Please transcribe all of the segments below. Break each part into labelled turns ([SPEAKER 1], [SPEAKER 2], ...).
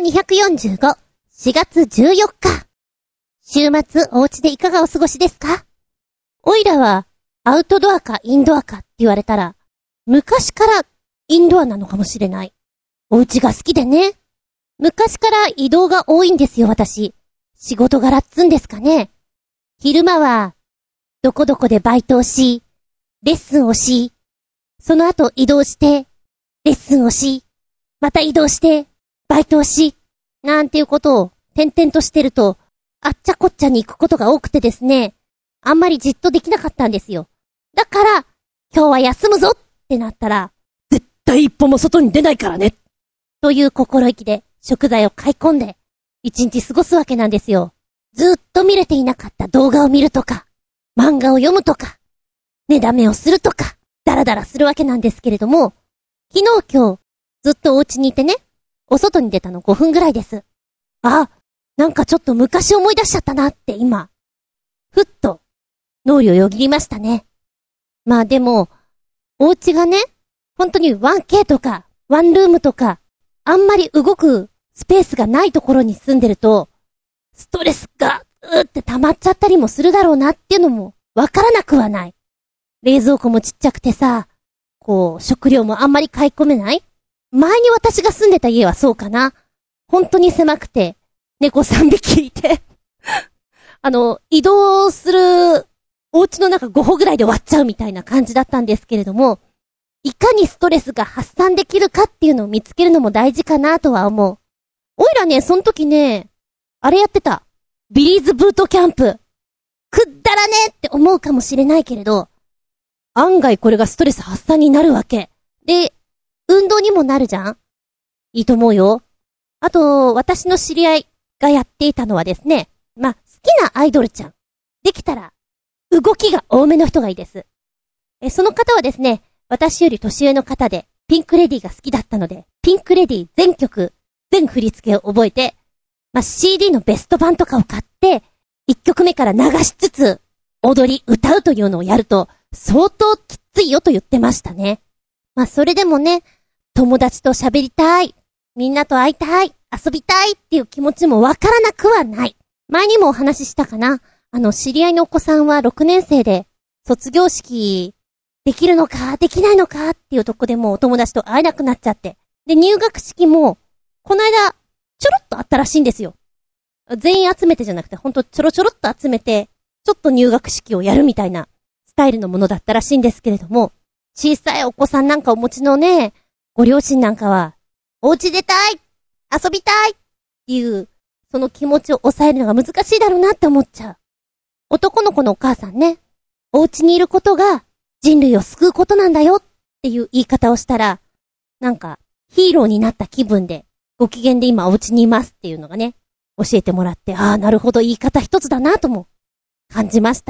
[SPEAKER 1] 245、4月14日。週末お家でいかがお過ごしですか？おいらはアウトドアかインドアかって言われたら、昔からインドアなのかもしれない。お家が好きでね。昔から移動が多いんですよ、私。仕事柄っつんですかね。昼間は、どこどこでバイトをし、レッスンをし、その後移動して、レッスンをし、また移動して、バイトをし、なんていうことを転々としてると、あっちゃこっちゃに行くことが多くてですね、あんまりじっとできなかったんですよ。だから、今日は休むぞってなったら、絶対一歩も外に出ないからねという心意気で食材を買い込んで、一日過ごすわけなんですよ。ずっと見れていなかった動画を見るとか、漫画を読むとか、寝だめをするとか、だらだらするわけなんですけれども、昨日今日、ずっとお家にいてね、お外に出たの5分ぐらいです。なんかちょっと昔思い出しちゃったなって今、ふっと脳裏をよぎりましたね。まあでも、お家がね、本当に 1K とか、ワンルームとか、あんまり動くスペースがないところに住んでると、ストレスがって溜まっちゃったりもするだろうなっていうのもわからなくはない。冷蔵庫もちっちゃくてさ、食料もあんまり買い込めない？前に私が住んでた家はそうかな。本当に狭くて、猫3匹いて、移動するお家の中5歩ぐらいで終わっちゃうみたいな感じだったんですけれども、いかにストレスが発散できるかっていうのを見つけるのも大事かなとは思う。おいらね、その時ね、あれやってた。ビリーズブートキャンプ。くったらねって思うかもしれないけれど、案外これがストレス発散になるわけ。で、運動にもなるじゃん？いいと思うよ。あと、私の知り合いがやっていたのはですね、好きなアイドルちゃん。できたら、動きが多めの人がいいです。その方はですね、私より年上の方で、ピンクレディーが好きだったので、ピンクレディー全曲、全振り付けを覚えて、CD のベスト版とかを買って、1曲目から流しつつ、踊り、歌うというのをやると、相当きついよと言ってましたね。それでもね、友達と喋りたい、みんなと会いたい、遊びたいっていう気持ちもわからなくはない。前にもお話ししたかな。知り合いのお子さんは6年生で、卒業式、できるのか、できないのかっていうとこでもうお友達と会えなくなっちゃって。で、入学式も、この間、ちょろっとあったらしいんですよ。全員集めてじゃなくて、ほんとちょろっと集めて、ちょっと入学式をやるみたいなスタイルのものだったらしいんですけれども、小さいお子さんなんかお持ちのね、ご両親なんかは、お家出たい、遊びたいっていう、その気持ちを抑えるのが難しいだろうなって思っちゃう。男の子のお母さんね、お家にいることが人類を救うことなんだよっていう言い方をしたら、なんかヒーローになった気分で、ご機嫌で今お家にいますっていうのがね、教えてもらって、なるほど言い方一つだなとも感じました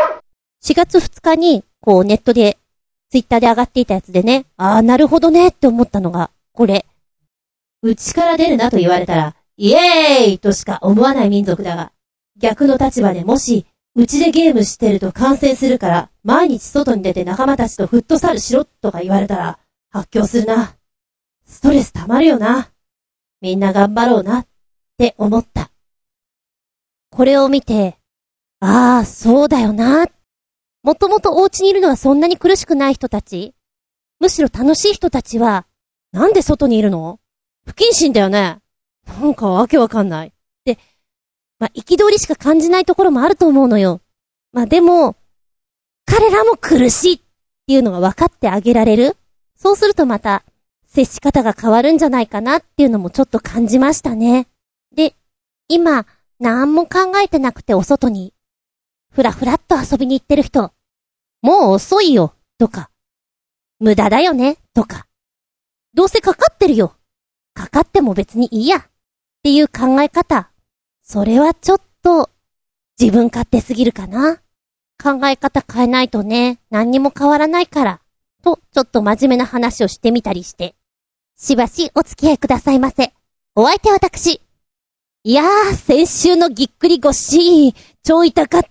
[SPEAKER 1] 。4月2日に、ネットで、ツイッターで上がっていたやつでね、なるほどねって思ったのが、これ。内から出るなと言われたら、イエーイとしか思わない民族だが、逆の立場でもし、内でゲームしてると感染するから、毎日外に出て仲間たちとフットサルしろとか言われたら、発狂するな。ストレス溜まるよな。みんな頑張ろうなって思った。これを見て、そうだよな。もともとお家にいるのはそんなに苦しくない人たち、むしろ楽しい人たちは、なんで外にいるの？不謹慎だよね。なんかわけわかんない。で、憤りしか感じないところもあると思うのよ。でも、彼らも苦しいっていうのが分かってあげられる。そうするとまた、接し方が変わるんじゃないかなっていうのもちょっと感じましたね。で、今、なんも考えてなくてお外に、ふらふらっと遊びに行ってる人、もう遅いよ、とか、無駄だよね、とか、どうせかかってるよ、かかっても別にいいや、っていう考え方、それはちょっと、自分勝手すぎるかな。考え方変えないとね、何にも変わらないから、と、ちょっと真面目な話をしてみたりして、しばしお付き合いくださいませ。お相手私。いやー、先週のぎっくり腰、超痛かった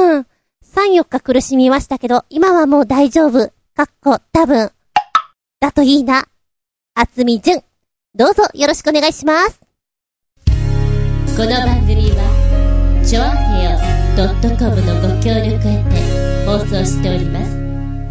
[SPEAKER 1] 。3、4日苦しみましたけど、今はもう大丈夫。多分。だといいな。あつみじゅん。どうぞよろしくお願いします。 この番組はちょあへよ .com のご協力へて放送しております。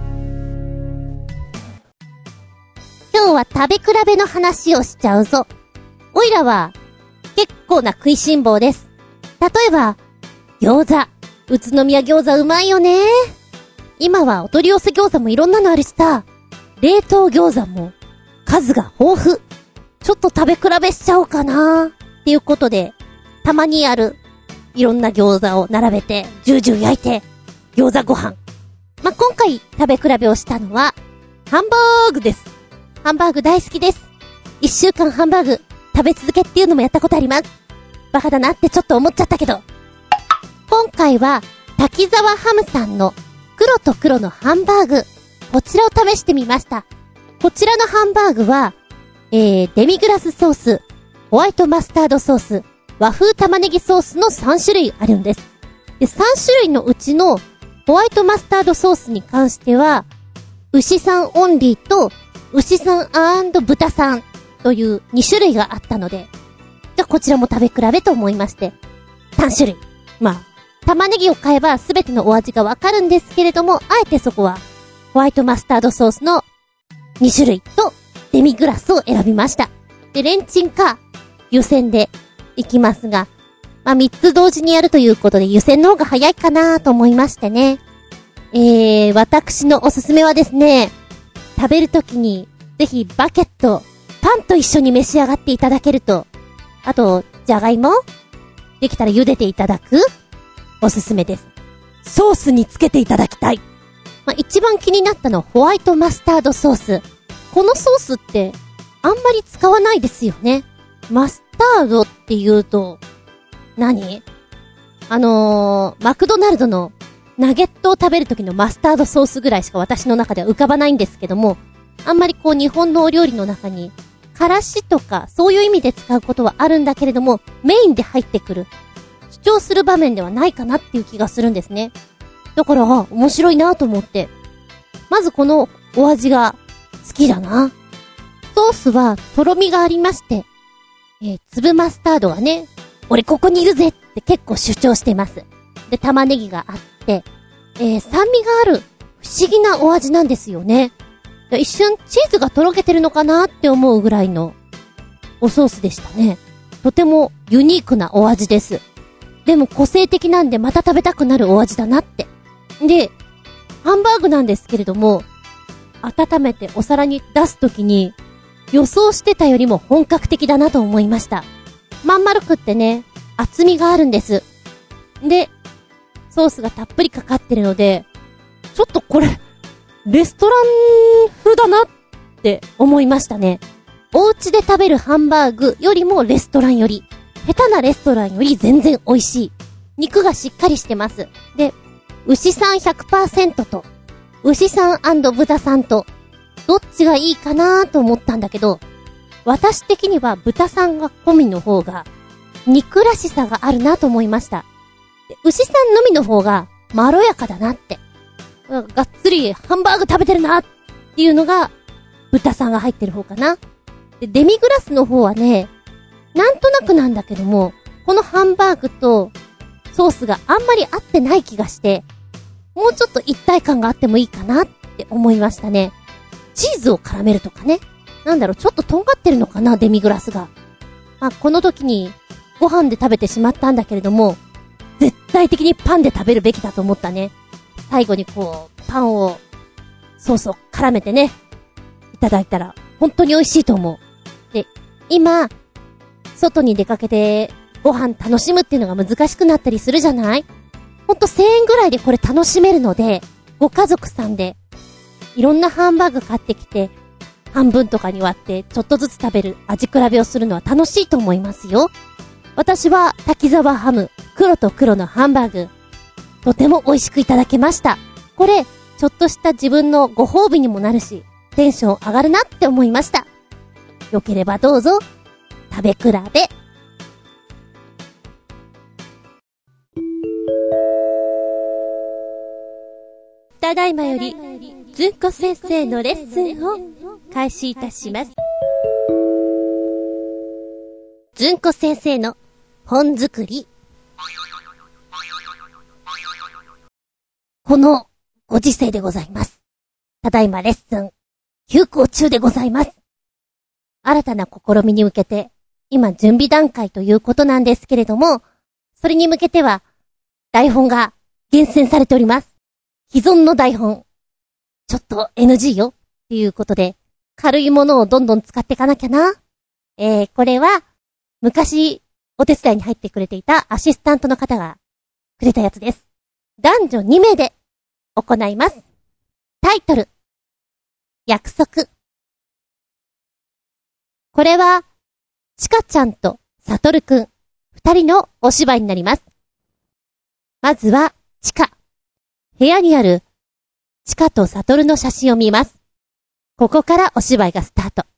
[SPEAKER 1] 今日は食べ比べの話をしちゃうぞ。おいらは結構な食いしん坊です。例えば餃子、宇都宮餃子うまいよね。今はお取り寄せ餃子もいろんなのあるしさ、冷凍餃子も数が豊富。ちょっと食べ比べしちゃおうかなっていうことで、たまにあるいろんな餃子を並べてジュージュー焼いて餃子ご飯。今回食べ比べをしたのはハンバーグです。ハンバーグ大好きです。1週間ハンバーグ食べ続けっていうのもやったことあります。バカだなってちょっと思っちゃったけど、今回は滝沢ハムさんの黒と黒のハンバーグ、こちらを試してみました。こちらのハンバーグは、デミグラスソース、ホワイトマスタードソース、和風玉ねぎソースの3種類あるんです。で、3種類のうちのホワイトマスタードソースに関しては、牛さんオンリーと牛さん&豚さんという2種類があったので、じゃあこちらも食べ比べと思いまして、3種類。玉ねぎを買えば全てのお味がわかるんですけれども、あえてそこはホワイトマスタードソースの2種類とデミグラスを選びました。で、レンチンか湯煎でいきますが、3つ同時にやるということで湯煎の方が早いかなと思いましてね。私のおすすめはですね、食べるときにぜひバケット、パンと一緒に召し上がっていただけると、あと、じゃがいもできたら茹でていただくおすすめです。ソースにつけていただきたい。一番気になったのはホワイトマスタードソース。このソースってあんまり使わないですよね。マスタードって言うと何？マクドナルドのナゲットを食べる時のマスタードソースぐらいしか私の中では浮かばないんですけども、あんまり日本のお料理の中にからしとかそういう意味で使うことはあるんだけれども、メインで入ってくる、主張する場面ではないかなっていう気がするんですね。だから面白いなと思って、まずこのお味が好きだな。ソースはとろみがありまして、粒マスタードはね、俺ここにいるぜって結構主張してます。で、玉ねぎがあって、酸味がある不思議なお味なんですよね。一瞬チーズがとろけてるのかなって思うぐらいのおソースでしたね。とてもユニークなお味です。でも個性的なんでまた食べたくなるお味だなって。で、ハンバーグなんですけれども、温めてお皿に出すときに予想してたよりも本格的だなと思いました。まん丸くってね、厚みがあるんです。で、ソースがたっぷりかかってるので、ちょっとこれレストラン風だなって思いましたね。お家で食べるハンバーグよりもレストランより、下手なレストランより全然美味しい。肉がしっかりしてます。で、牛さん 100% と牛さん&豚さんとどっちがいいかなと思ったんだけど、私的には豚さんが込みの方が肉らしさがあるなと思いました。で、牛さんのみの方がまろやかだなって、がっつりハンバーグ食べてるなっていうのが豚さんが入ってる方かな。で、デミグラスの方はね、なんとなくなんだけども、このハンバーグとソースがあんまり合ってない気がして、もうちょっと一体感があってもいいかなって思いましたね。チーズを絡めるとかね。ちょっととんがってるのかな、デミグラスが。この時にご飯で食べてしまったんだけれども、絶対的にパンで食べるべきだと思ったね。最後にパンをソースを絡めてね、いただいたら本当に美味しいと思う。で、今外に出かけてご飯楽しむっていうのが難しくなったりするじゃない？ほんと1000円ぐらいでこれ楽しめるので、ご家族さんでいろんなハンバーグ買ってきて半分とかに割ってちょっとずつ食べる味比べをするのは楽しいと思いますよ。私は滝沢ハム黒と黒のハンバーグ、とても美味しくいただけました。これちょっとした自分のご褒美にもなるし、テンション上がるなって思いました。よければどうぞ食べ比べ。ただいまよりずんこ先生のレッスンを開始いたします。ずんこ先生の本作り。このご時世でございます。ただいまレッスン休校中でございます。新たな試みに向けて今準備段階ということなんですけれども、それに向けては台本が厳選されております。既存の台本ちょっと NG よっていうことで軽いものをどんどん使っていかなきゃな。これは昔お手伝いに入ってくれていたアシスタントの方がくれたやつです。男女2名で行います。タイトル、約束。これはちかちゃんとさとるくん2人のお芝居になります。まずはちか、部屋にあるちかとさとるの写真を見ます。ここからお芝居がスタート。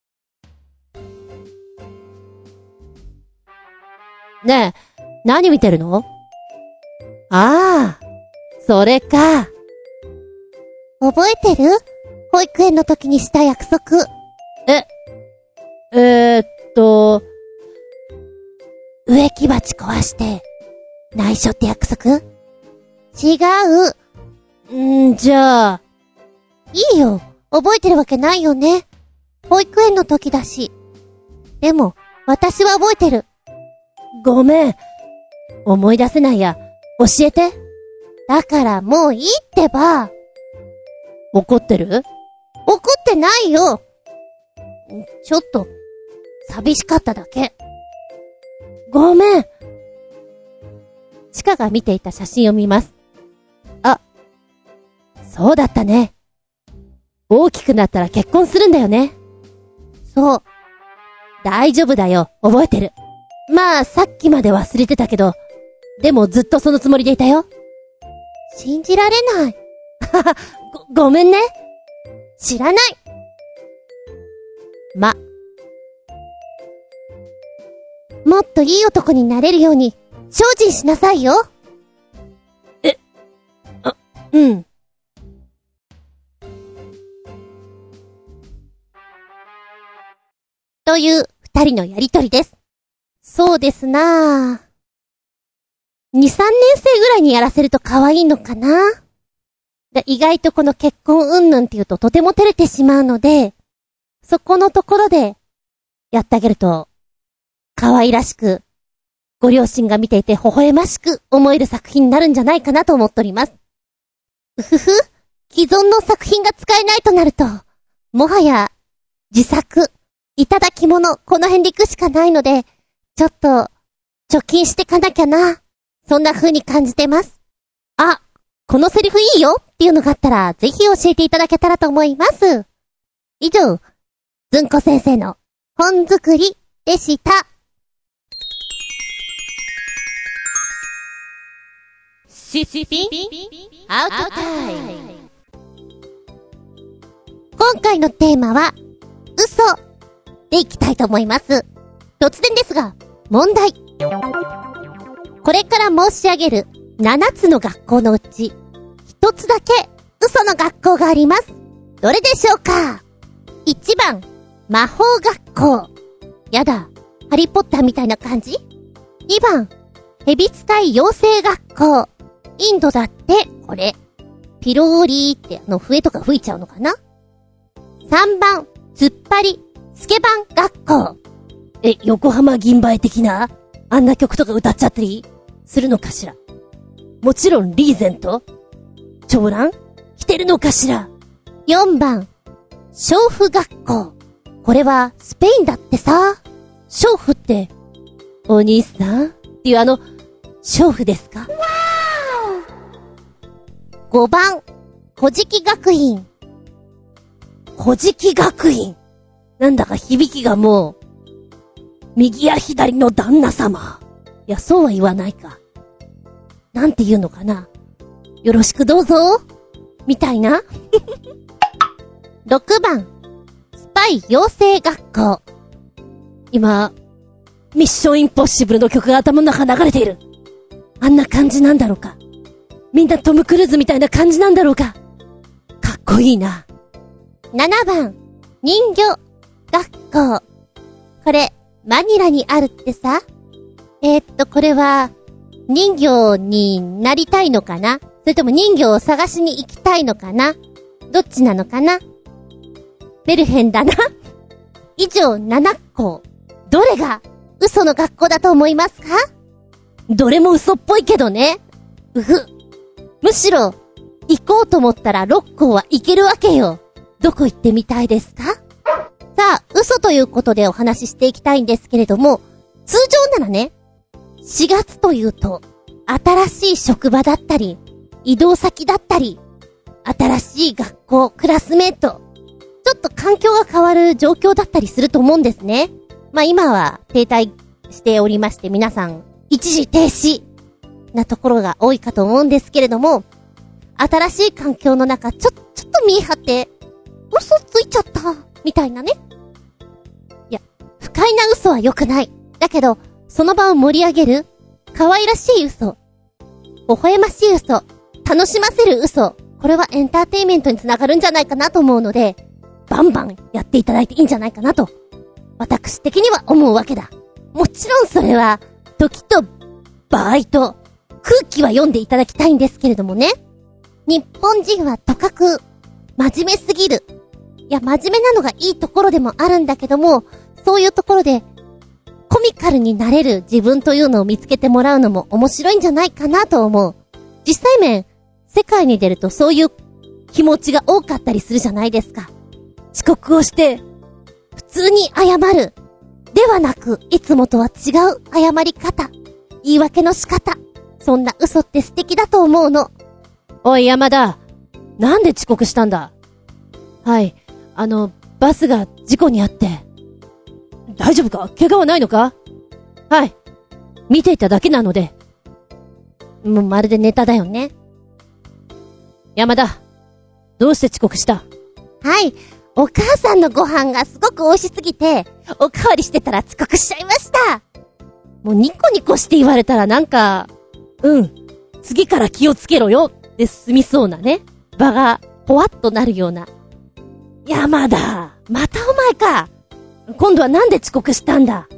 [SPEAKER 1] ねえ、何見てるの？ああ、それか。覚えてる？保育園の時にした約束。植木鉢壊して内緒って約束？違う。じゃあ。いいよ。覚えてるわけないよね。保育園の時だし。でも、私は覚えてる。ごめん。思い出せないや。教えて。だからもういいってば。怒ってる？怒ってないよ。ちょっと、寂しかっただけ。ごめん。ちかが見ていた写真を見ます。あ、そうだったね。大きくなったら結婚するんだよね。そう。大丈夫だよ。覚えてる。まあ、さっきまで忘れてたけど、でもずっとそのつもりでいたよ。信じられない。ごめんね。知らない。もっといい男になれるように精進しなさいよ。うん。という二人のやりとりです。そうですなぁ。2、3年生ぐらいにやらせると可愛いのかな。で、意外とこの結婚云々っていうととても照れてしまうので、そこのところでやってあげると可愛らしく、ご両親が見ていて微笑ましく思える作品になるんじゃないかなと思っております。既存の作品が使えないとなると、もはや自作、いただき物、この辺で行くしかないので、ちょっと貯金してかなきゃな。そんな風に感じてます。あ、このセリフいいよっていうのがあったら、ぜひ教えていただけたらと思います。以上、ずんこ先生の本作りでした。シスピンアウトタイム。今回のテーマは嘘でいきたいと思います。突然ですが問題。これから申し上げる7つの学校のうち1つだけ嘘の学校があります。どれでしょうか？ 1 番魔法学校。やだ、ハリーポッターみたいな感じ。2番蛇使い養成学校。インドだって、これ。ピローリーって笛とか吹いちゃうのかな。3番、突っ張り、スケバン学校。横浜銀杯的なあんな曲とか歌っちゃったりするのかしら。もちろんリーゼント長蘭着てるのかしら。4番、娼婦学校。これはスペインだってさ。娼婦って、お兄さんっていう娼婦ですか？5番、古事記学院。古事記学院。なんだか響きがもう、右や左の旦那様。いや、そうは言わないか。なんて言うのかな。よろしくどうぞ。みたいな。6番、スパイ養成学校。今、ミッションインポッシブルの曲が頭の中流れている。あんな感じなんだろうか。みんなトム・クルーズみたいな感じなんだろうか。かっこいいな。7番、人魚学校。これ、マニラにあるってさ。 これは、人魚になりたいのかな？それとも人魚を探しに行きたいのかな？どっちなのかな？メルヘンだな。以上7校。どれが嘘の学校だと思いますか？どれも嘘っぽいけどね。むしろ、行こうと思ったら6校は行けるわけよ。どこ行ってみたいですか？さあ、嘘ということでお話ししていきたいんですけれども、通常ならね、4月というと、新しい職場だったり、移動先だったり、新しい学校、クラスメート、ちょっと環境が変わる状況だったりすると思うんですね。まあ今は停滞しておりまして、皆さん一時停止なところが多いかと思うんですけれども、新しい環境の中、ちょっと見え張って、嘘ついちゃった、みたいなね。いや、不快な嘘は良くない。だけど、その場を盛り上げる、可愛らしい嘘、微笑ましい嘘、楽しませる嘘、これはエンターテインメントにつながるんじゃないかなと思うので、バンバンやっていただいていいんじゃないかなと、私的には思うわけだ。もちろんそれは、時と場合と空気は読んでいただきたいんですけれどもね。日本人はとかく真面目すぎる。いや、真面目なのがいいところでもあるんだけども、そういうところでコミカルになれる自分というのを見つけてもらうのも面白いんじゃないかなと思う。実際面、世界に出るとそういう気持ちが多かったりするじゃないですか。遅刻をして普通に謝るではなく、いつもとは違う謝り方、言い訳の仕方、そんな嘘って素敵だと思うの。
[SPEAKER 2] おい山田、なんで遅刻したんだ？はい、バスが事故にあって。大丈夫か？怪我はないのか？はい、見ていただけなので。
[SPEAKER 1] もうまるでネタだよね。
[SPEAKER 2] 山田、どうして遅刻した？
[SPEAKER 1] はい、お母さんのご飯がすごく美味しすぎて、おかわりしてたら遅刻しちゃいました。
[SPEAKER 2] もうニコニコして言われたらなんか、次から気をつけろよって済みそうなね。場がポワッとなるような。山田、またお前か。今度はなんで遅刻したんだ？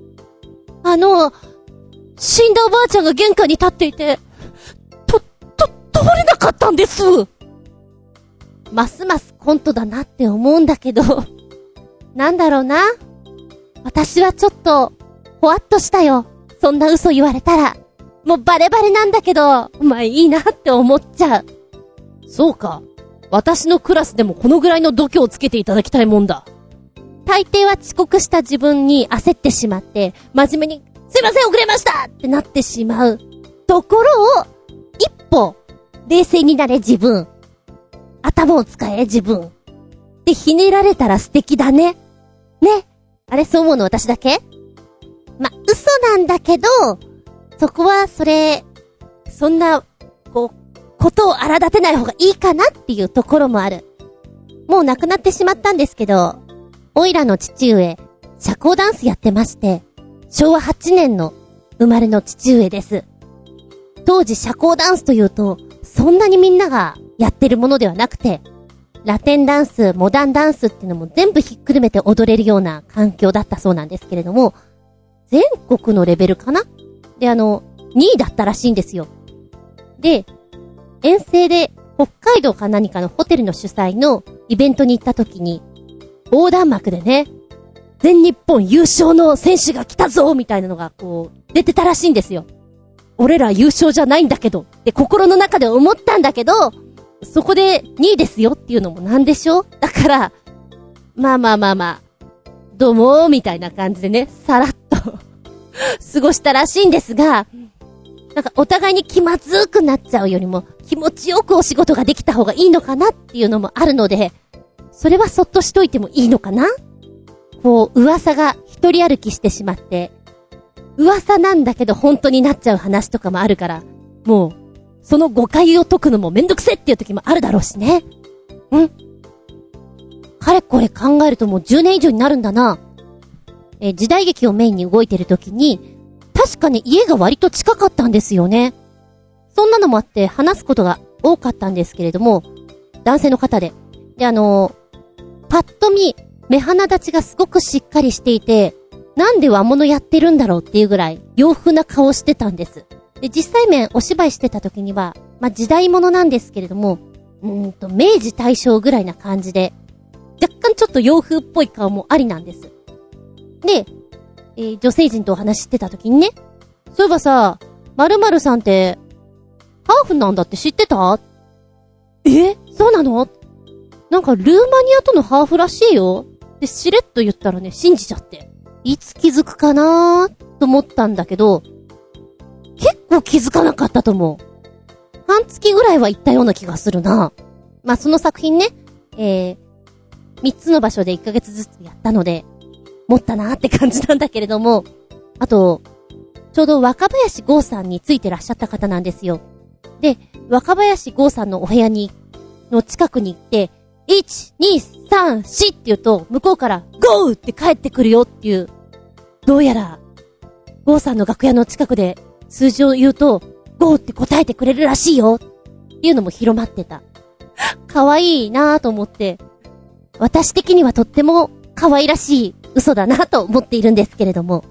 [SPEAKER 1] 死んだおばあちゃんが玄関に立っていて、通れなかったんです。ますますコントだなって思うんだけど、なんだろうな。私はちょっと、ほわっとしたよ。そんな嘘言われたら。もうバレバレなんだけど、お前いいなって思っちゃう。
[SPEAKER 2] そうか。私のクラスでもこのぐらいの度胸をつけていただきたいもんだ。
[SPEAKER 1] 大抵は遅刻した自分に焦ってしまって、真面目に、すいません遅れましたってなってしまう。ところを、一歩、冷静になれ自分。頭を使え自分。でひねられたら素敵だね。ね。あれそう思うの私だけ？嘘なんだけど、そこはそんな、ことを荒立てない方がいいかなっていうところもある。もう亡くなってしまったんですけど、オイラの父上、社交ダンスやってまして、昭和8年の生まれの父上です。当時社交ダンスというと、そんなにみんながやってるものではなくて、ラテンダンス、モダンダンスっていうのも全部ひっくるめて踊れるような環境だったそうなんですけれども、全国のレベルかな？で、2位だったらしいんですよ。で、遠征で北海道か何かのホテルの主催のイベントに行った時に、横断幕でね、全日本優勝の選手が来たぞみたいなのが出てたらしいんですよ。俺ら優勝じゃないんだけどって心の中で思ったんだけど、そこで2位ですよっていうのもなんでしょ？だから、まあ、どうもみたいな感じでね、さらっと過ごしたらしいんですが、なんかお互いに気まずくなっちゃうよりも気持ちよくお仕事ができた方がいいのかなっていうのもあるので、それはそっとしといてもいいのかな？噂が一人歩きしてしまって、噂なんだけど本当になっちゃう話とかもあるから、もう、その誤解を解くのもめんどくせっていう時もあるだろうしね。かれこれ考えるともう10年以上になるんだな。時代劇をメインに動いてる時に、確かに家が割と近かったんですよね。そんなのもあって話すことが多かったんですけれども、男性の方で。で、パッと見、目鼻立ちがすごくしっかりしていて、 なんで和物やってるんだろうっていうぐらい洋風な顔してたんです。で、実際面お芝居してた時には、時代物なんですけれども、明治大正ぐらいな感じで、若干ちょっと洋風っぽい顔もありなんです。で、女性陣とお話ししてた時にね、そういえばさ、〇〇さんって、ハーフなんだって知ってた？そうなの？なんかルーマニアとのハーフらしいよ。で、しれっと言ったらね、信じちゃって。いつ気づくかなーと思ったんだけど、結構気づかなかったと思う。半月ぐらいは行ったような気がするな。その作品ね、3つの場所で1ヶ月ずつやったので、持ったなーって感じなんだけれども、あと、ちょうど若林剛さんについてらっしゃった方なんですよ。で、若林剛さんのお部屋の近くに行って、1、2、3、4って言うと、向こうからゴーって帰ってくるよっていう、どうやら、剛さんの楽屋の近くで数字を言うと、ゴーって答えてくれるらしいよっていうのも広まってた。可愛いなぁと思って、私的にはとっても可愛らしい嘘だなと思っているんですけれども。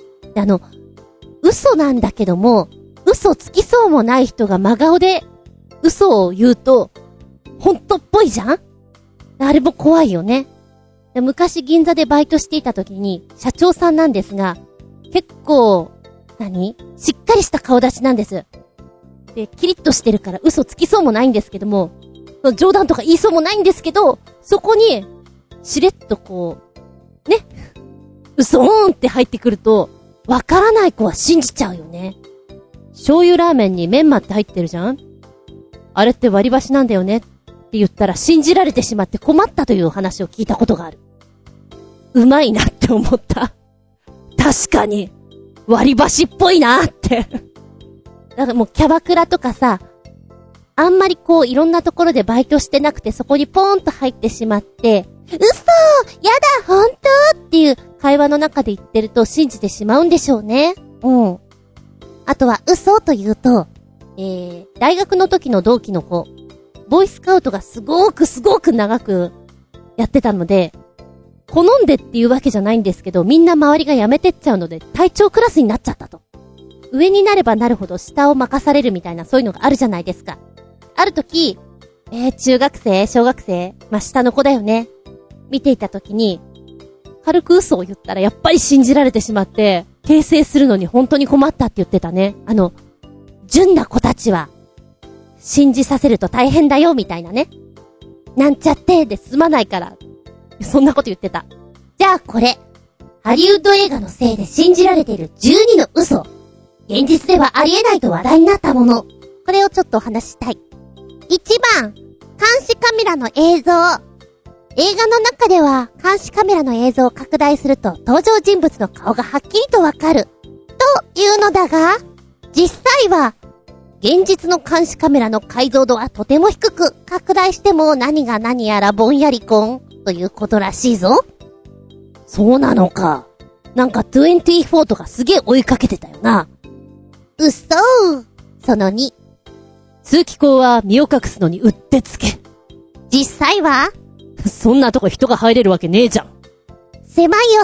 [SPEAKER 1] 嘘なんだけども、嘘つきそうもない人が真顔で嘘を言うと、本当っぽいじゃん？あれも怖いよね。で、昔銀座でバイトしていた時に、社長さんなんですが、結構、しっかりした顔立ちなんです。で、キリッとしてるから嘘つきそうもないんですけども、冗談とか言いそうもないんですけど、そこに、しれっとこう、ね、嘘ーんって入ってくると、わからない子は信じちゃうよね。醤油ラーメンにメンマって入ってるじゃん？あれって割り箸なんだよねって言ったら信じられてしまって困ったという話を聞いたことがある。うまいなって思った。確かに、割り箸っぽいなって。だからもうキャバクラとかさ、あんまりこういろんなところでバイトしてなくてそこにポーンと入ってしまって、嘘！やだ！本当！っていう会話の中で言ってると信じてしまうんでしょうね。あとは嘘というと、大学の時の同期の子、ボーイスカウトがすごく長くやってたので、好んでっていうわけじゃないんですけど、みんな周りが辞めてっちゃうので、隊長クラスになっちゃったと。上になればなるほど下を任されるみたいなそういうのがあるじゃないですか。ある時、中学生、小学生、下の子だよね。見ていた時に、軽く嘘を言ったらやっぱり信じられてしまって、訂正するのに本当に困ったって言ってたね。純な子たちは、信じさせると大変だよ、みたいなね。なんちゃってで済まないから。そんなこと言ってた。じゃあこれ、ハリウッド映画のせいで信じられている12の嘘。現実ではありえないと話題になったもの。これをちょっとお話ししたい。1番、監視カメラの映像。映画の中では監視カメラの映像を拡大すると登場人物の顔がはっきりとわかる。というのだが、実際は、現実の監視カメラの解像度はとても低く、拡大しても何が何やらぼんやりこんということらしいぞ。そうなのか。なんか24とかすげえ追いかけてたよな。嘘。その2。
[SPEAKER 2] 通気口は身を隠すのにうってつけ。
[SPEAKER 1] 実際は
[SPEAKER 2] そんなとこ人が入れるわけねえじゃん。
[SPEAKER 1] 狭いよ。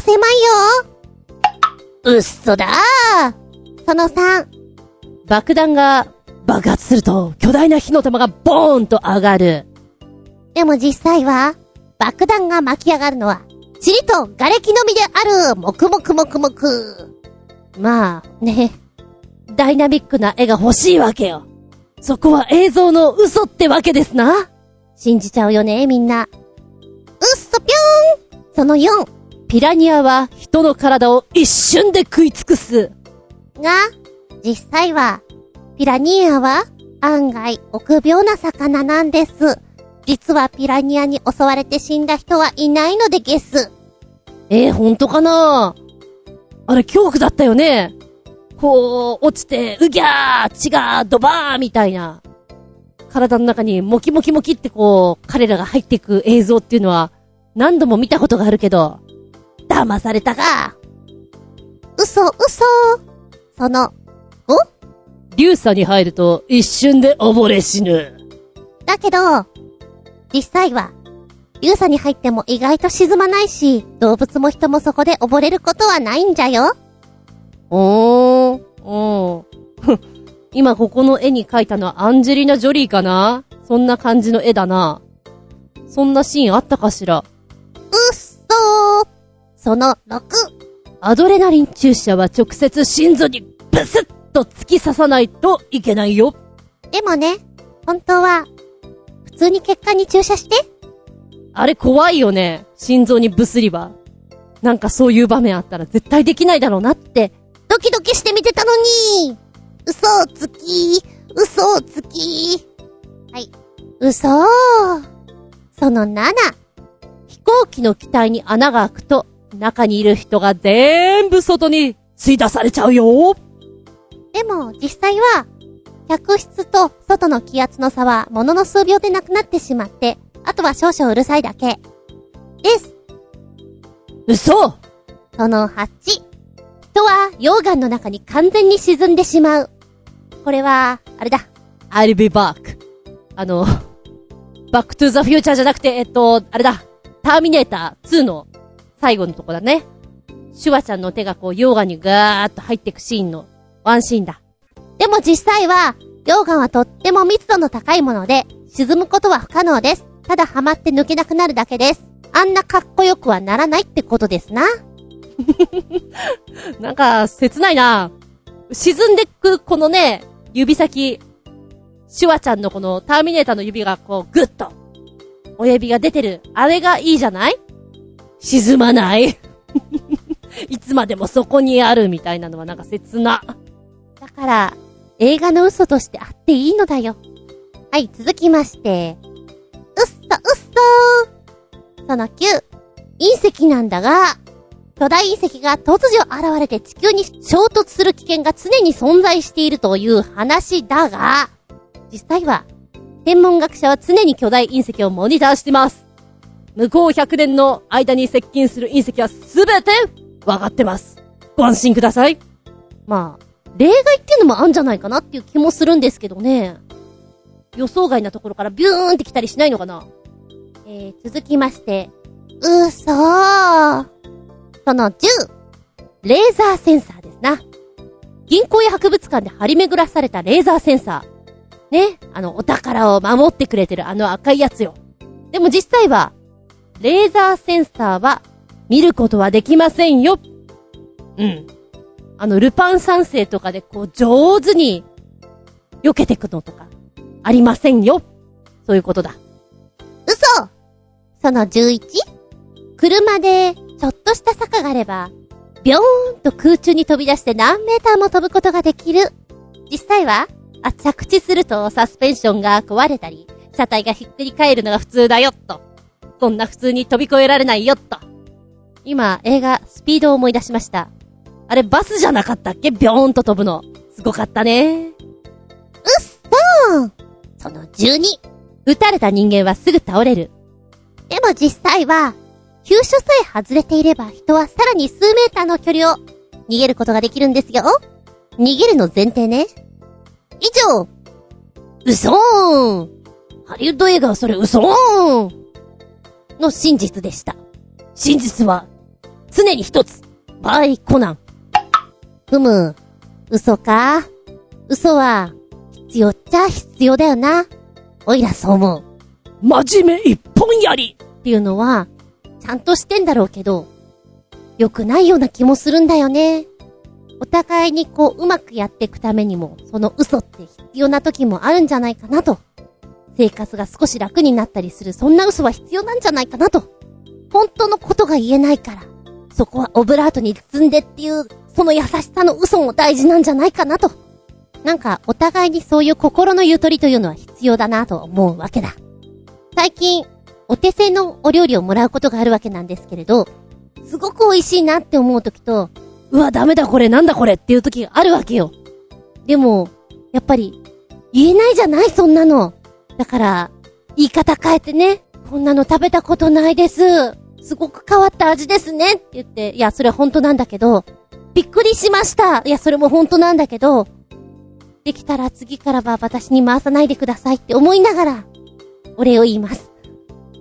[SPEAKER 1] 嘘だー。その3。
[SPEAKER 2] 爆弾が爆発すると巨大な火の玉がボーンと上がる。
[SPEAKER 1] でも実際は爆弾が巻き上がるのは塵と瓦礫のみである。もくもく。
[SPEAKER 2] まあね、ダイナミックな絵が欲しいわけよ。そこは映像の嘘ってわけですな。
[SPEAKER 1] 信じちゃうよね、みんな。嘘ぴょーん。その4。
[SPEAKER 2] ピラニアは人の体を一瞬で食い尽くす。
[SPEAKER 1] が、実際は、ピラニアは案外臆病な魚なんです。実はピラニアに襲われて死んだ人はいないのでゲス。
[SPEAKER 2] 本当かな？あれ恐怖だったよね。こう、落ちて、うぎゃー血がドバーみたいな。体の中にモキモキってこう、彼らが入っていく映像っていうのは、何度も見たことがあるけど、騙されたか。
[SPEAKER 1] 嘘。その、
[SPEAKER 2] 流砂に入ると一瞬で溺れ死ぬ。
[SPEAKER 1] だけど、実際は、 流砂に入っても意外と沈まないし、動物も人もそこで溺れることはないんじゃよ。
[SPEAKER 2] 今ここの絵に描いたのはアンジェリーナ・ジョリーかな？そんな感じの絵だな。そんなシーンあったかしら？
[SPEAKER 1] その6。
[SPEAKER 2] アドレナリン注射は直接心臓にブスッと突き刺さないといけないよ。
[SPEAKER 1] でもね、本当は、普通に血管に注射して。
[SPEAKER 2] あれ怖いよね。心臓にブスリは。なんかそういう場面あったら絶対できないだろうなって。
[SPEAKER 1] ドキドキして見てたのに。嘘つき。はい。その7。
[SPEAKER 2] 飛行機の機体に穴が開くと、中にいる人が全部外に吸い出されちゃうよ。
[SPEAKER 1] でも、実際は、客室と外の気圧の差はものの数秒でなくなってしまって、あとは少々うるさいだけ。です。
[SPEAKER 2] 嘘！
[SPEAKER 1] その8。人は溶岩の中に完全に沈んでしまう。これは、あれだ。
[SPEAKER 2] I'll be back. バックトゥーザフューチャーじゃなくて、あれだ。ターミネーター2の最後のとこだね。シュワちゃんの手がこう溶岩にガーッと入っていくシーンのワンシーンだ。
[SPEAKER 1] でも実際は、溶岩はとっても密度の高いもので、沈むことは不可能です。ただハマって抜けなくなるだけです。あんなかっこよくはならないってことですな。
[SPEAKER 2] なんか、切ないな。沈んでく、このね、指先。シュワちゃんのこのターミネーターの指がこう、ぐっと、親指が出てる。あれがいいじゃない？沈まない。いつまでもそこにあるみたいなのはなんか切な。
[SPEAKER 1] だから、映画の嘘としてあっていいのだよ。はい、続きまして。その9。隕石なんだが、巨大隕石が突如現れて地球に衝突する危険が常に存在しているという話だが、実際は、天文学者は常に巨大隕石をモニターしてます。向こう100年の間に接近する隕石はすべて分かってます。ご安心ください。まあ、例外っていうのもあんじゃないかなっていう気もするんですけどね。予想外なところからビューンって来たりしないのかな。続きまして、その10。レーザーセンサーですな。銀行や博物館で張り巡らされたレーザーセンサー。ね、お宝を守ってくれてる赤いやつよ。でも実際は、レーザーセンサーは見ることはできませんよ。うん。ルパン三世とかでこう上手に避けてくのとかありませんよ。そういうことだ。嘘！その11？車でちょっとした坂があれば、ビョーンと空中に飛び出して何メーターも飛ぶことができる。実際は、着地するとサスペンションが壊れたり、車体がひっくり返るのが普通だよ、と。そんな普通に飛び越えられないよ、と。今、映画、スピードを思い出しました。あれ、バスじゃなかったっけ？ビョーンと飛ぶの。すごかったね。その12。撃たれた人間はすぐ倒れる。でも実際は、急所さえ外れていれば人はさらに数メーターの距離を逃げることができるんですよ。逃げるの前提ね。以上。嘘ーん。ハリウッド映画はそれ嘘ーん。の真実でした。真実は、常に一つ。バイコナン。嘘か。嘘は、必要っちゃ必要だよな。おいらそう思う。
[SPEAKER 2] 真面目一本やり
[SPEAKER 1] っていうのは、ちゃんとしてんだろうけど、良くないような気もするんだよね。お互いにこう、うまくやっていくためにも、その嘘って必要な時もあるんじゃないかなと。生活が少し楽になったりする、そんな嘘は必要なんじゃないかなと。本当のことが言えないから、そこはオブラートに包んでっていう、その優しさの嘘も大事なんじゃないかなと。なんか、お互いにそういう心のゆとりというのは必要だなと思うわけだ。最近、お手製のお料理をもらうことがあるわけなんですけれど、すごく美味しいなって思うときと、うわ、ダメだこれ、なんだこれっていうときがあるわけよ。でも、やっぱり、言えないじゃない、そんなの。だから、言い方変えてね、こんなの食べたことないです。すごく変わった味ですねって言って、いや、それは本当なんだけど、びっくりしました。いや、それも本当なんだけど、できたら次からは私に回さないでくださいって思いながら、お礼を言います。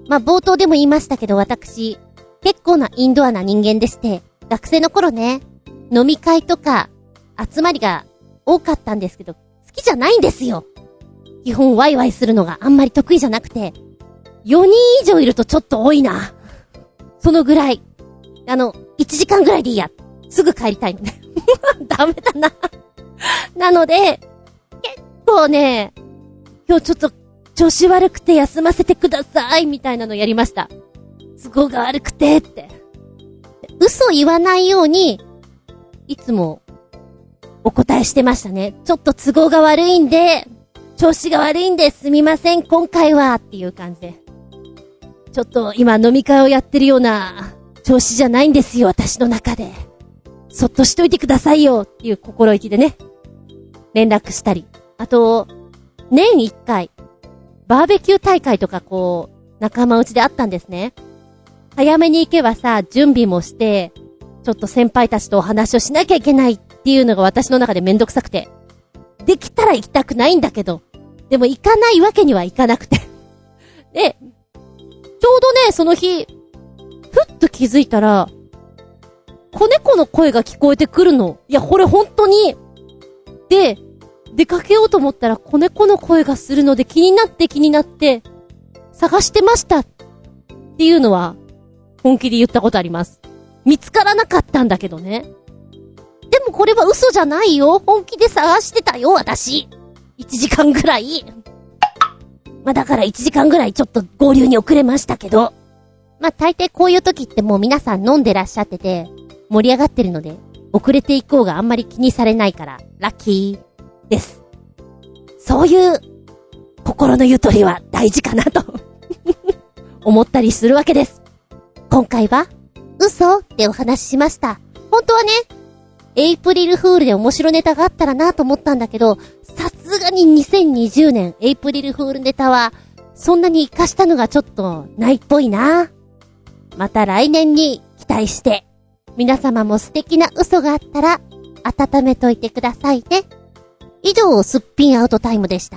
[SPEAKER 1] 冒頭でも言いましたけど、私、結構なインドアな人間でして、学生の頃ね、飲み会とか、集まりが多かったんですけど、好きじゃないんですよ。基本ワイワイするのがあんまり得意じゃなくて、4人以上いるとちょっと多いな。そのぐらい。1時間ぐらいでいいや。すぐ帰りたいのね。ダメだな。なので、結構ね、今日ちょっと調子悪くて休ませてくださいみたいなのやりました。都合が悪くてって。嘘言わないように、いつもお答えしてましたね。ちょっと都合が悪いんで、調子が悪いんですみません、今回はっていう感じで。ちょっと今飲み会をやってるような調子じゃないんですよ、私の中で。そっとしといてくださいよっていう心意気でね、連絡したり。あと、年1回、バーベキュー大会とか仲間内であったんですね。早めに行けばさ、準備もして、ちょっと先輩たちとお話をしなきゃいけないっていうのが私の中でめんどくさくて。できたら行きたくないんだけど、でも行かないわけにはいかなくて。で、ちょうどね、その日、ふっと気づいたら、子猫の声が聞こえてくるの。いや、これ本当に。で、出かけようと思ったら子猫の声がするので気になって探してましたっていうのは本気で言ったことあります。見つからなかったんだけどね。でもこれは嘘じゃないよ。本気で探してたよ、私。1時間ぐらい。だから1時間ぐらいちょっと合流に遅れましたけど。大抵こういう時ってもう皆さん飲んでらっしゃってて盛り上がってるので、遅れていこうがあんまり気にされないからラッキーです。そういう心のゆとりは大事かなと思ったりするわけです。今回は嘘ってお話ししました。本当はね、エイプリルフールで面白ネタがあったらなと思ったんだけど、さすがに2020年エイプリルフールネタはそんなに活かしたのがちょっとないっぽいな。また来年に期待して、皆様も素敵な嘘があったら温めといてくださいね。以上、すっぴんアウトタイムでした。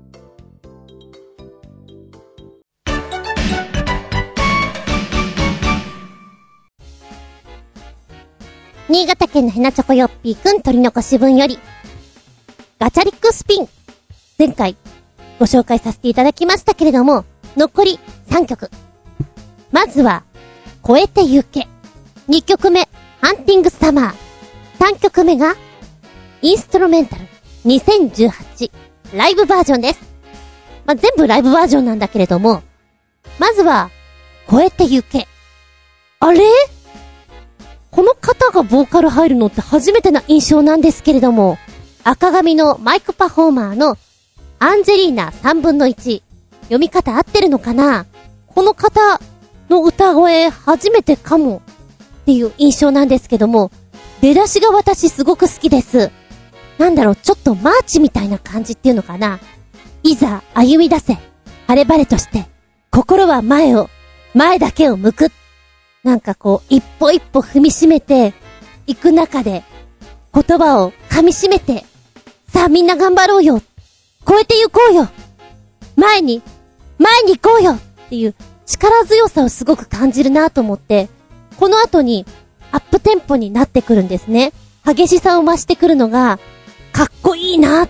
[SPEAKER 1] 新潟県のヘナチョコヨッピーくん鳥のこし分よりガチャリックスピン、前回ご紹介させていただきましたけれども、残り3曲。まずは超えてゆけ、2曲目ハンティングサマー、3曲目がインストロメンタル2018ライブバージョンです。全部ライブバージョンなんだけれども、まずは超えてゆけ。あれ？この方がボーカル入るのって初めてな印象なんですけれども、赤髪のマイクパフォーマーのアンジェリーナ3分の1、読み方合ってるのかな？この方の歌声初めてかもっていう印象なんですけども、出だしが私すごく好きです。ちょっとマーチみたいな感じっていうのかな。いざ歩み出せ、晴れ晴れとして、心は前だけを向く。一歩一歩踏みしめていく中で、言葉を噛みしめて、さあみんな頑張ろうよ、超えてゆこうよ、前に行こうよっていう力強さをすごく感じるなと思って、この後にアップテンポになってくるんですね。激しさを増してくるのがかっこいいな。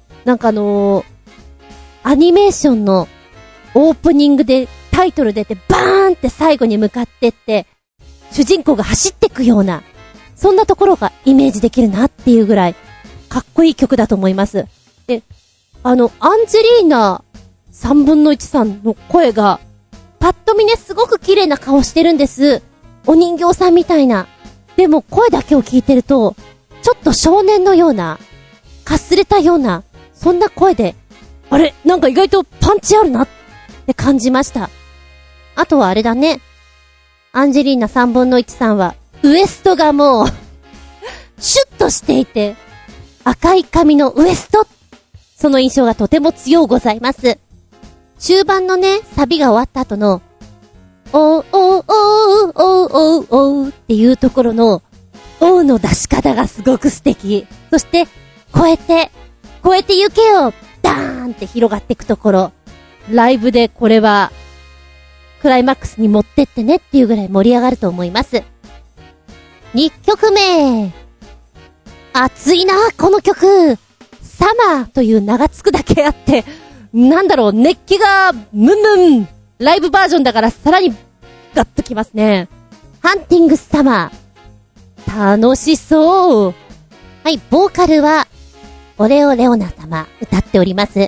[SPEAKER 1] アニメーションのオープニングでタイトル出てバーンって最後に向かってって主人公が走ってくような、そんなところがイメージできるなっていうぐらいかっこいい曲だと思います。で、アンジェリーナ3分の1さんの声がパッと見ね、すごく綺麗な顔してるんです。お人形さんみたいな。でも声だけを聞いてるとちょっと少年のような、かすれたような、そんな声で、あれ、意外とパンチあるなって感じました。あとはあれだね、アンジェリーナ3分の1さんはウエストがもうシュッとしていて、赤い髪のウエスト、その印象がとても強うございます。終盤のね、サビが終わった後のおーおーおーおーおーおーっていうところのおーの出し方がすごく素敵。そして超えてゆけよ、ダーンって広がっていくところ、ライブでこれはクライマックスに持ってってねっていうぐらい盛り上がると思います。2曲目。熱いな、この曲。サマーという名がつくだけあって、なんだろう、熱気が、ムンムン。ライブバージョンだからさらにガッときますね。ハンティングサマー。楽しそう。はい、ボーカルは、オレオレオナ様、歌っております。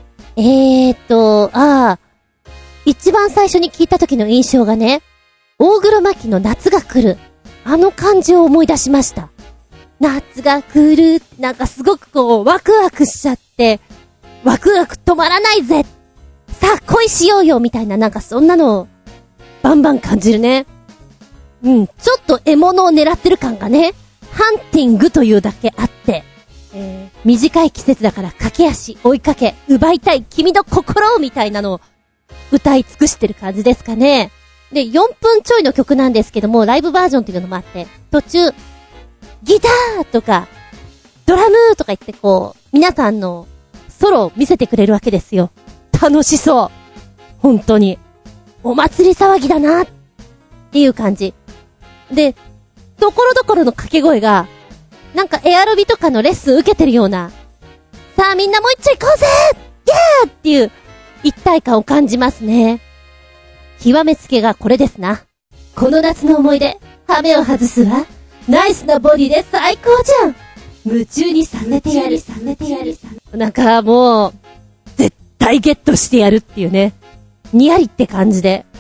[SPEAKER 1] 一番最初に聞いた時の印象がね、大黒摩季の夏が来る。あの感じを思い出しました。夏が来る。なんかすごくこう、ワクワクしちゃって、ワクワク止まらないぜ。さあ、恋しようよみたいな、なんかそんなのを、バンバン感じるね。ちょっと獲物を狙ってる感がね、ハンティングというだけあって、短い季節だから駆け足、追いかけ、奪いたい君の心をみたいなのを歌い尽くしてる感じですかね。で、4分ちょいの曲なんですけども、ライブバージョンっていうのもあって、途中、ギターとか、ドラムとか言ってこう、皆さんのソロを見せてくれるわけですよ。楽しそう。本当に。お祭り騒ぎだなっていう感じ。で、ところどころの掛け声が、なんかエアロビとかのレッスン受けてるような、さあみんなもう一丁行こうぜイエーっていう一体感を感じますね。極めつけがこれですな。この夏の思い出、ハメを外すわ。ナイスなボディで最高じゃん。夢中にさせてやる。なんかもう、絶対ゲットしてやるっていうね。にやりって感じで。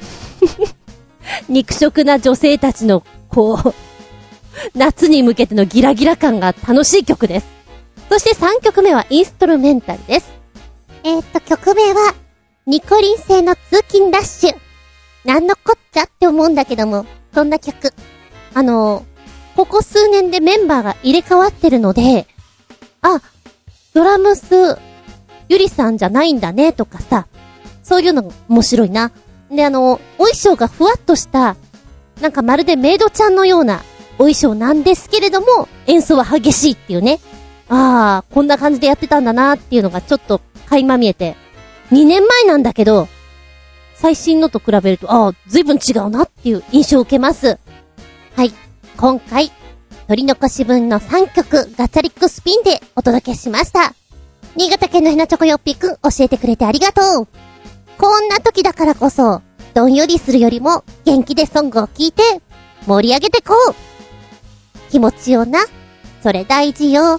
[SPEAKER 1] 肉食な女性たちの、こう、夏に向けてのギラギラ感が楽しい曲です。そして3曲目はインストルメンタルです。曲名は、ニコリン製の通勤ダッシュ。なんのこっちゃって思うんだけども、そんな曲。ここ数年でメンバーが入れ替わってるので、あ、ドラムス、ゆりさんじゃないんだねとかさ、そういうのが面白いな。で、お衣装がふわっとした、なんかまるでメイドちゃんのようなお衣装なんですけれども、演奏は激しいっていうね。あー、こんな感じでやってたんだなっていうのがちょっと垣間見えて、2年前なんだけど、最新のと比べると、随分違うなっていう印象を受けます。はい。今回、取り残し分の3曲ガチャリックスピンでお届けしました。新潟県のひなちょこよっぴーくん教えてくれてありがとう。こんな時だからこそ、どんよりするよりも元気でソングを聴いて盛り上げてこう。気持ちよな。それ大事よ。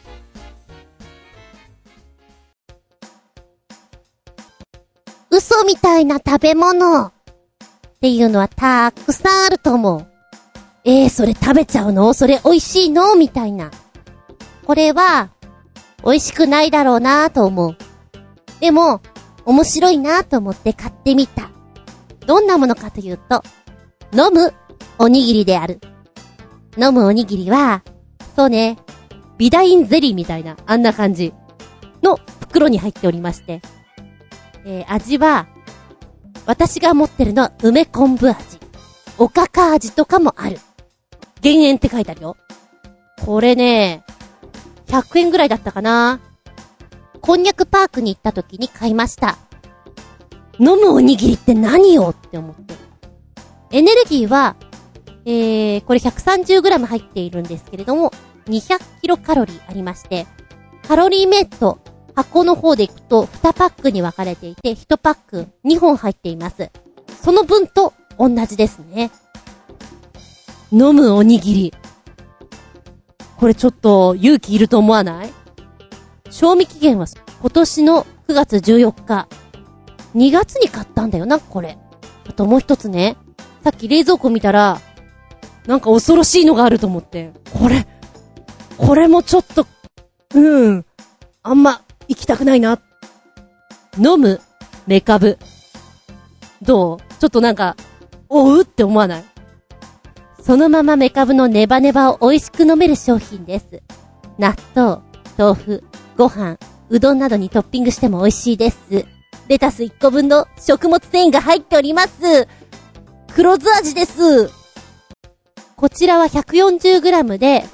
[SPEAKER 1] 嘘みたいな食べ物っていうのはたくさんあると思う。それ食べちゃうの？それ美味しいの？みたいな。これは美味しくないだろうなと思う。でも面白いなと思って買ってみた。どんなものかというと、飲むおにぎりである。飲むおにぎりは、そうね、ビダインゼリーみたいな、あんな感じの袋に入っておりまして、味は、私が持ってるのは梅昆布味。おかか味とかもある。減塩って書いてあるよ。これね、100円ぐらいだったかな。こんにゃくパークに行った時に買いました。飲むおにぎりって何よって思って。エネルギーは、これ 130g 入っているんですけれども、200キロカロリーありまして、カロリーメイト、箱の方でいくと2パックに分かれていて、1パック2本入っています。その分と同じですね。飲むおにぎり。これちょっと勇気いると思わない？賞味期限は今年の9月14日。2月に買ったんだよな、これ。あともう一つね。さっき冷蔵庫見たら、なんか恐ろしいのがあると思って。これもちょっと、あんま行きたくないな。飲むメカブ。どう？ちょっとなんか、おうって思わない？そのままメカブのネバネバを美味しく飲める商品です。納豆、豆腐、ご飯、うどんなどにトッピングしても美味しいです。レタス1個分の食物繊維が入っております。黒酢味です。こちらは 140g で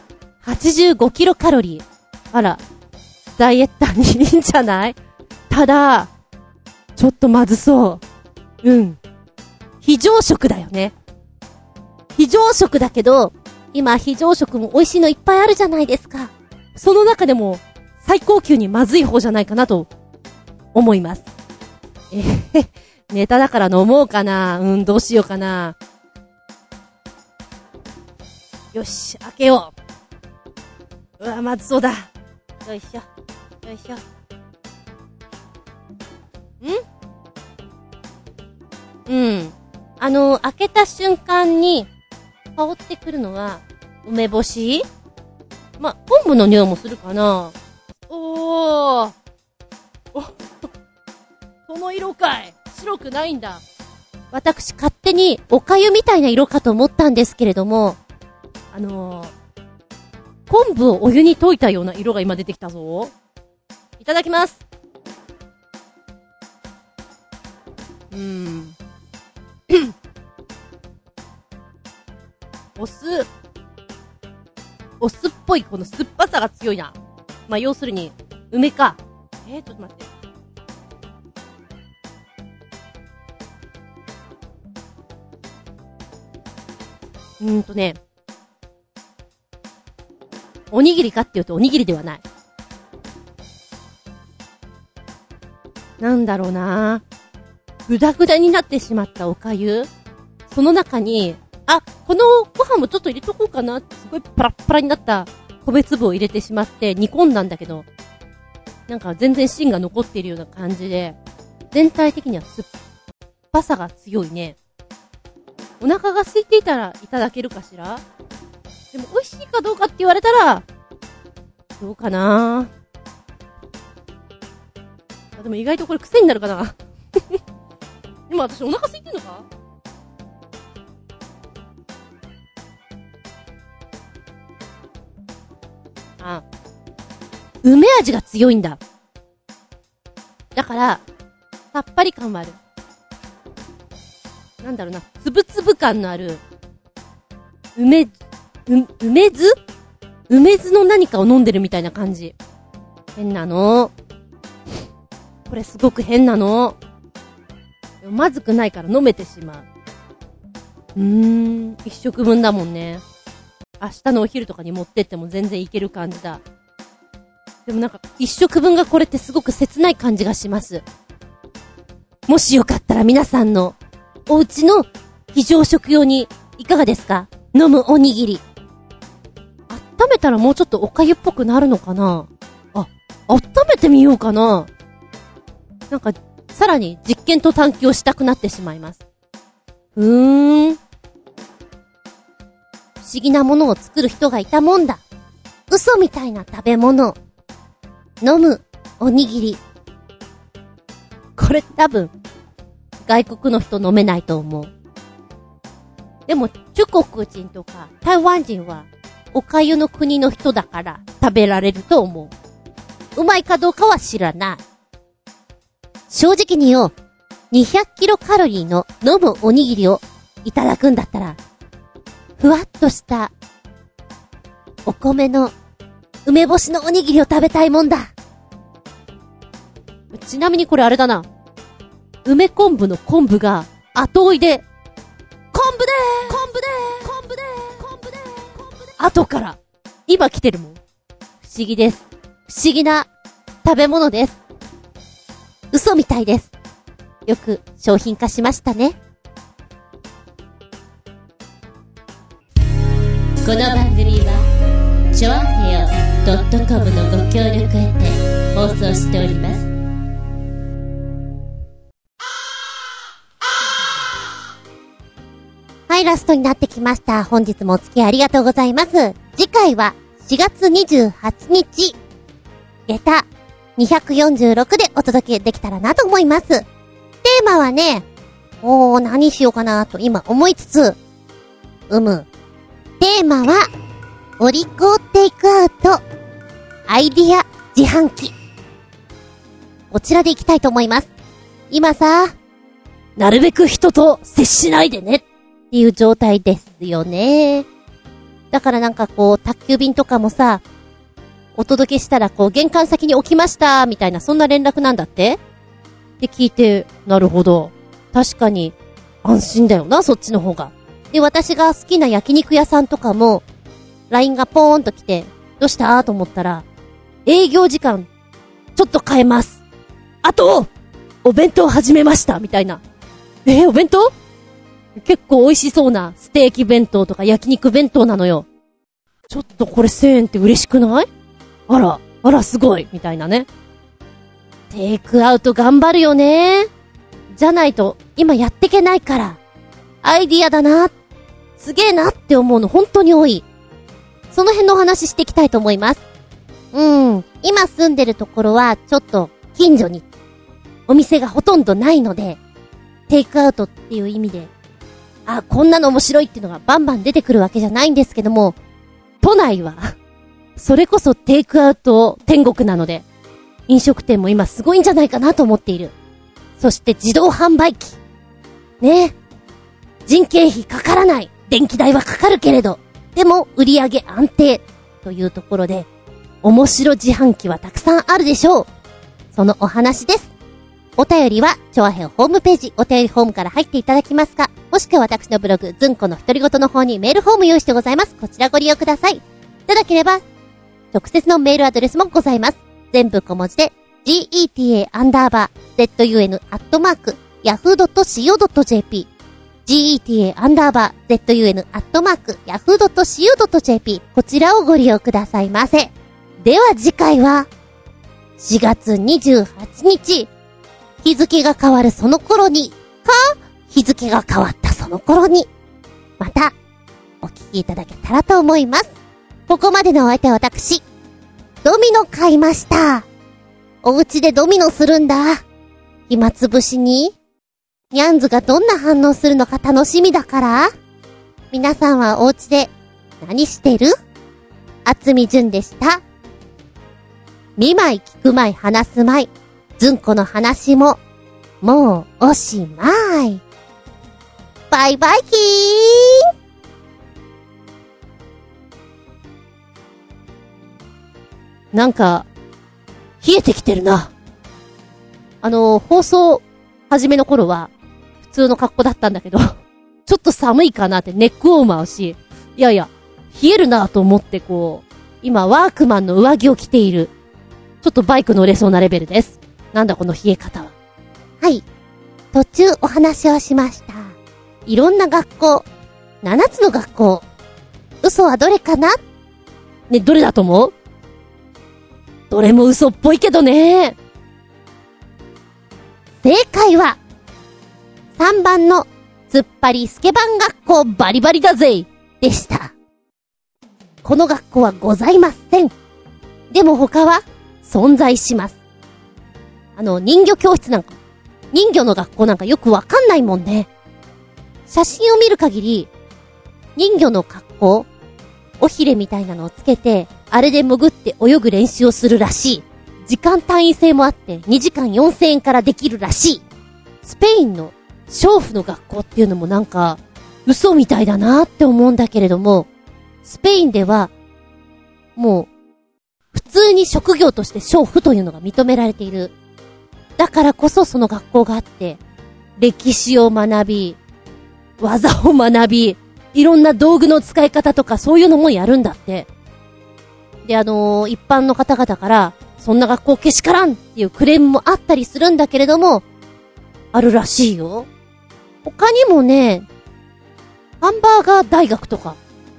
[SPEAKER 1] 85キロカロリー。あら、ダイエッターにいいんじゃない？ただ、ちょっとまずそう。
[SPEAKER 2] 非常食だよね。非常食だけど、今非常食も美味しいのいっぱいあるじゃないですか。その中でも最高級にまずい方じゃないかなと思います。ネタだから飲もうかな。どうしようかな。よし、開けよう。うわ、まずそうだ。よいしょ。よいしょ。開けた瞬間に香ってくるのは梅干し？昆布の匂いもするかな。その色かい。白くないんだ。私勝手にお粥みたいな色かと思ったんですけれども、昆布をお湯に溶いたような色が今出てきたぞ。いただきます。お酢っぽいこの酸っぱさが強いな。要するに、梅か。ちょっと待って。おにぎりかって言うとおにぎりではない。なんだろうな。ぐだぐだになってしまったお粥。その中に、このご飯もちょっと入れとこうかな。すごいパラッパラになった米粒を入れてしまって煮込んだんだけど、なんか全然芯が残っているような感じで、全体的には酸っぱさが強いね。お腹が空いていたらいただけるかしら？でも美味しいかどうかって言われたら、どうかな。でも意外とこれ癖になるかな。今私お腹空いてんのか？梅味が強いんだ。だから、さっぱり感はある。なんだろうな、つぶつぶ感のある、梅酢の何かを飲んでるみたいな感じ。変なの。これすごく変なの。まずくないから飲めてしまう。一食分だもんね。明日のお昼とかに持ってっても全然いける感じだ。でもなんか一食分がこれってすごく切ない感じがします。もしよかったら皆さんのお家の非常食用にいかがですか？飲むおにぎり。温めたらもうちょっとお粥っぽくなるのかな？温めてみようかな。なんかさらに実験と探求をしたくなってしまいます。不思議なものを作る人がいたもんだ。嘘みたいな食べ物。飲むおにぎり。これ多分外国の人飲めないと思う。でも中国人とか台湾人はお粥の国の人だから食べられると思う。うまいかどうかは知らない。正直によ、200キロカロリーの飲むおにぎりをいただくんだったら、ふわっとしたお米の梅干しのおにぎりを食べたいもんだ。ちなみにこれあれだな。梅昆布の昆布が後追いで、昆布で後から今来てるもん。不思議です。不思議な食べ物です。嘘みたいです。よく商品化しましたね。
[SPEAKER 1] この番組はちょあへよ .com のご協力へて放送しております。はい、ラストになってきました。本日もお付き合いありがとうございます。次回は4月28日下駄246でお届けできたらなと思います。テーマはね、何しようかなと今思いつつ、テーマはお利口テイクアウトアイディア自販機、こちらでいきたいと思います。今さ、
[SPEAKER 2] なるべく人と接しないでね
[SPEAKER 1] っていう状態ですよね。だからなんかこう宅急便とかもさ、お届けしたらこう玄関先に置きましたみたいな、そんな連絡なんだってって聞いて、なるほど、確かに
[SPEAKER 2] 安心だよな、そっちの方が。で、私が好きな焼肉屋さんとかも、LINE がポーンと来て、どうしたと思ったら、営業時間、ちょっと変えます。あと、お弁当始めました、みたいな。お弁当？結構美味しそうなステーキ弁当とか焼肉弁当なのよ。ちょっとこれ1000円って嬉しくない？あらすごいみたいなね。テイクアウト頑張るよね。じゃないと今やってけないから。アイディアだな。すげえなって思うの本当に多い。その辺のお話していきたいと思います。今住んでるところはちょっと近所にお店がほとんどないので、テイクアウトっていう意味で、こんなの面白いっていうのがバンバン出てくるわけじゃないんですけども、都内はそれこそテイクアウト天国なので、飲食店も今すごいんじゃないかなと思っている。そして自動販売機。ね。人件費かからない。電気代はかかるけれど、でも売り上げ安定というところで、面白自販機はたくさんあるでしょう。そのお話です。お便りは、チョアヘオホームページ、お便りフォームから入っていただきますか、もしくは私のブログ、ズンコの独り言の方にメールフォーム用意してございます。こちらご利用ください。いただければ、直接のメールアドレスもございます。全部小文字で、geta_zun@yahoo.co.jp geta_zun@yahoo.co.jp こちらをご利用くださいませ。では次回は、4月28日、日付が変わるその頃に、日付が変わったその頃に、また、お聞きいただけたらと思います。ここまでのお相手は私、ドミノ買いました。お家でドミノするんだ。暇つぶしに、ニャンズがどんな反応するのか楽しみだから。皆さんはお家で何してる？あつみじゅんでした。見舞い聞く舞い話す舞い。ずんこの話も、もうおしまい。バイバイキーン。なんか、冷えてきてるな。放送、初めの頃は、普通の格好だったんだけど、ちょっと寒いかなってネックウォーマーをし、いやいや、冷えるなと思って今ワークマンの上着を着ている。ちょっとバイク乗れそうなレベルです。なんだこの冷え方は。はい。途中お話をしました。いろんな学校、7つの学校。嘘はどれかな？ね、どれだと思う？どれも嘘っぽいけどね。正解は、3番の突っ張りスケバン学校バリバリだぜでした。この学校はございません。でも他は存在します。人魚教室なんか、人魚の学校なんかよくわかんないもんね。写真を見る限り、人魚の格好、尾ひれみたいなのをつけて、あれで潜って泳ぐ練習をするらしい。時間単位制もあって、2時間4000円からできるらしい。スペインの娼婦の学校っていうのもなんか、嘘みたいだなって思うんだけれども、スペインでは、もう、普通に職業として娼婦というのが認められている。だからこそその学校があって、歴史を学び、技を学び、いろんな道具の使い方とかそういうのもやるんだって。で、一般の方々から、そんな学校けしからんっていうクレームもあったりするんだけれども、あるらしいよ。他にもね、ハンバーガー大学とか、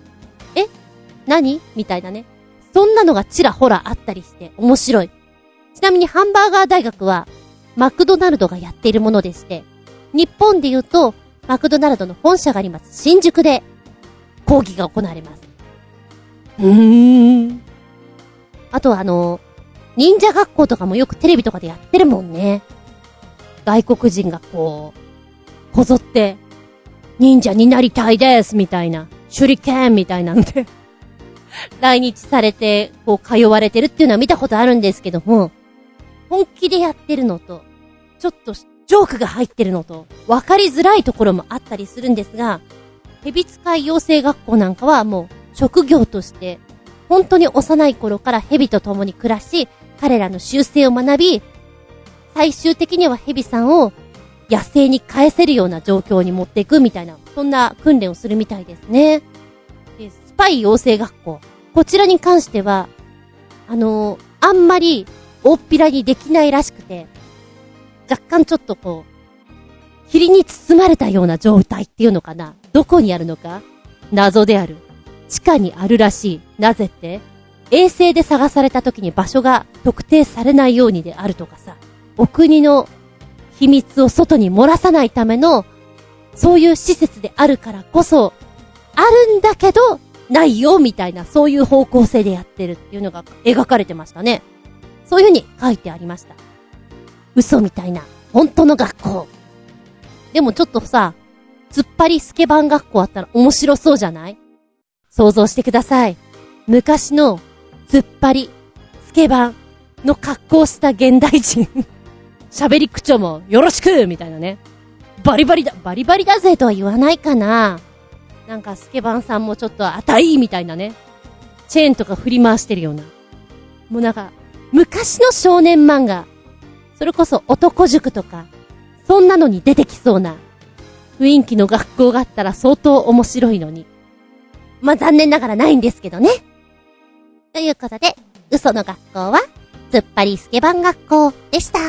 [SPEAKER 2] 何？みたいなね。そんなのがちらほらあったりして面白い。ちなみにハンバーガー大学は、マクドナルドがやっているものでして、日本で言うと、マクドナルドの本社があります新宿で講義が行われます。あとは忍者学校とかもよくテレビとかでやってるもんね。外国人がこぞって、忍者になりたいですみたいな、手裏剣みたいなんで、来日されて、通われてるっていうのは見たことあるんですけども、本気でやってるのと、ちょっとジョークが入ってるのと、分かりづらいところもあったりするんですが、蛇使い養成学校なんかはもう、職業として、本当に幼い頃から蛇と共に暮らし、彼らの習性を学び、最終的には蛇さんを野生に返せるような状況に持っていくみたいな、そんな訓練をするみたいですね。で、スパイ養成学校。こちらに関しては、あんまり大っぴらにできないらしくて、若干ちょっとこう、霧に包まれたような状態っていうのかな。どこにあるのか謎である。地下にあるらしい。なぜって、衛星で探された時に場所が特定されないようにであるとかさ、お国の秘密を外に漏らさないための、そういう施設であるからこそ、あるんだけど、ないよ、みたいな、そういう方向性でやってるっていうのが描かれてましたね。そういう風に書いてありました。嘘みたいな、本当の学校。でもちょっとさ、突っ張りスケバン学校あったら面白そうじゃない？想像してください。昔の突っ張りスケバンの格好した現代人。喋り口調もよろしくみたいなね。バリバリだぜとは言わないかな。なんかスケバンさんもちょっとあたいみたいなね。チェーンとか振り回してるような。もうなんか、昔の少年漫画、それこそ男塾とか、そんなのに出てきそうな雰囲気の学校があったら相当面白いのに。まあ、残念ながらないんですけどね。ということで、嘘の学校は、突っ張りスケバン学校でした。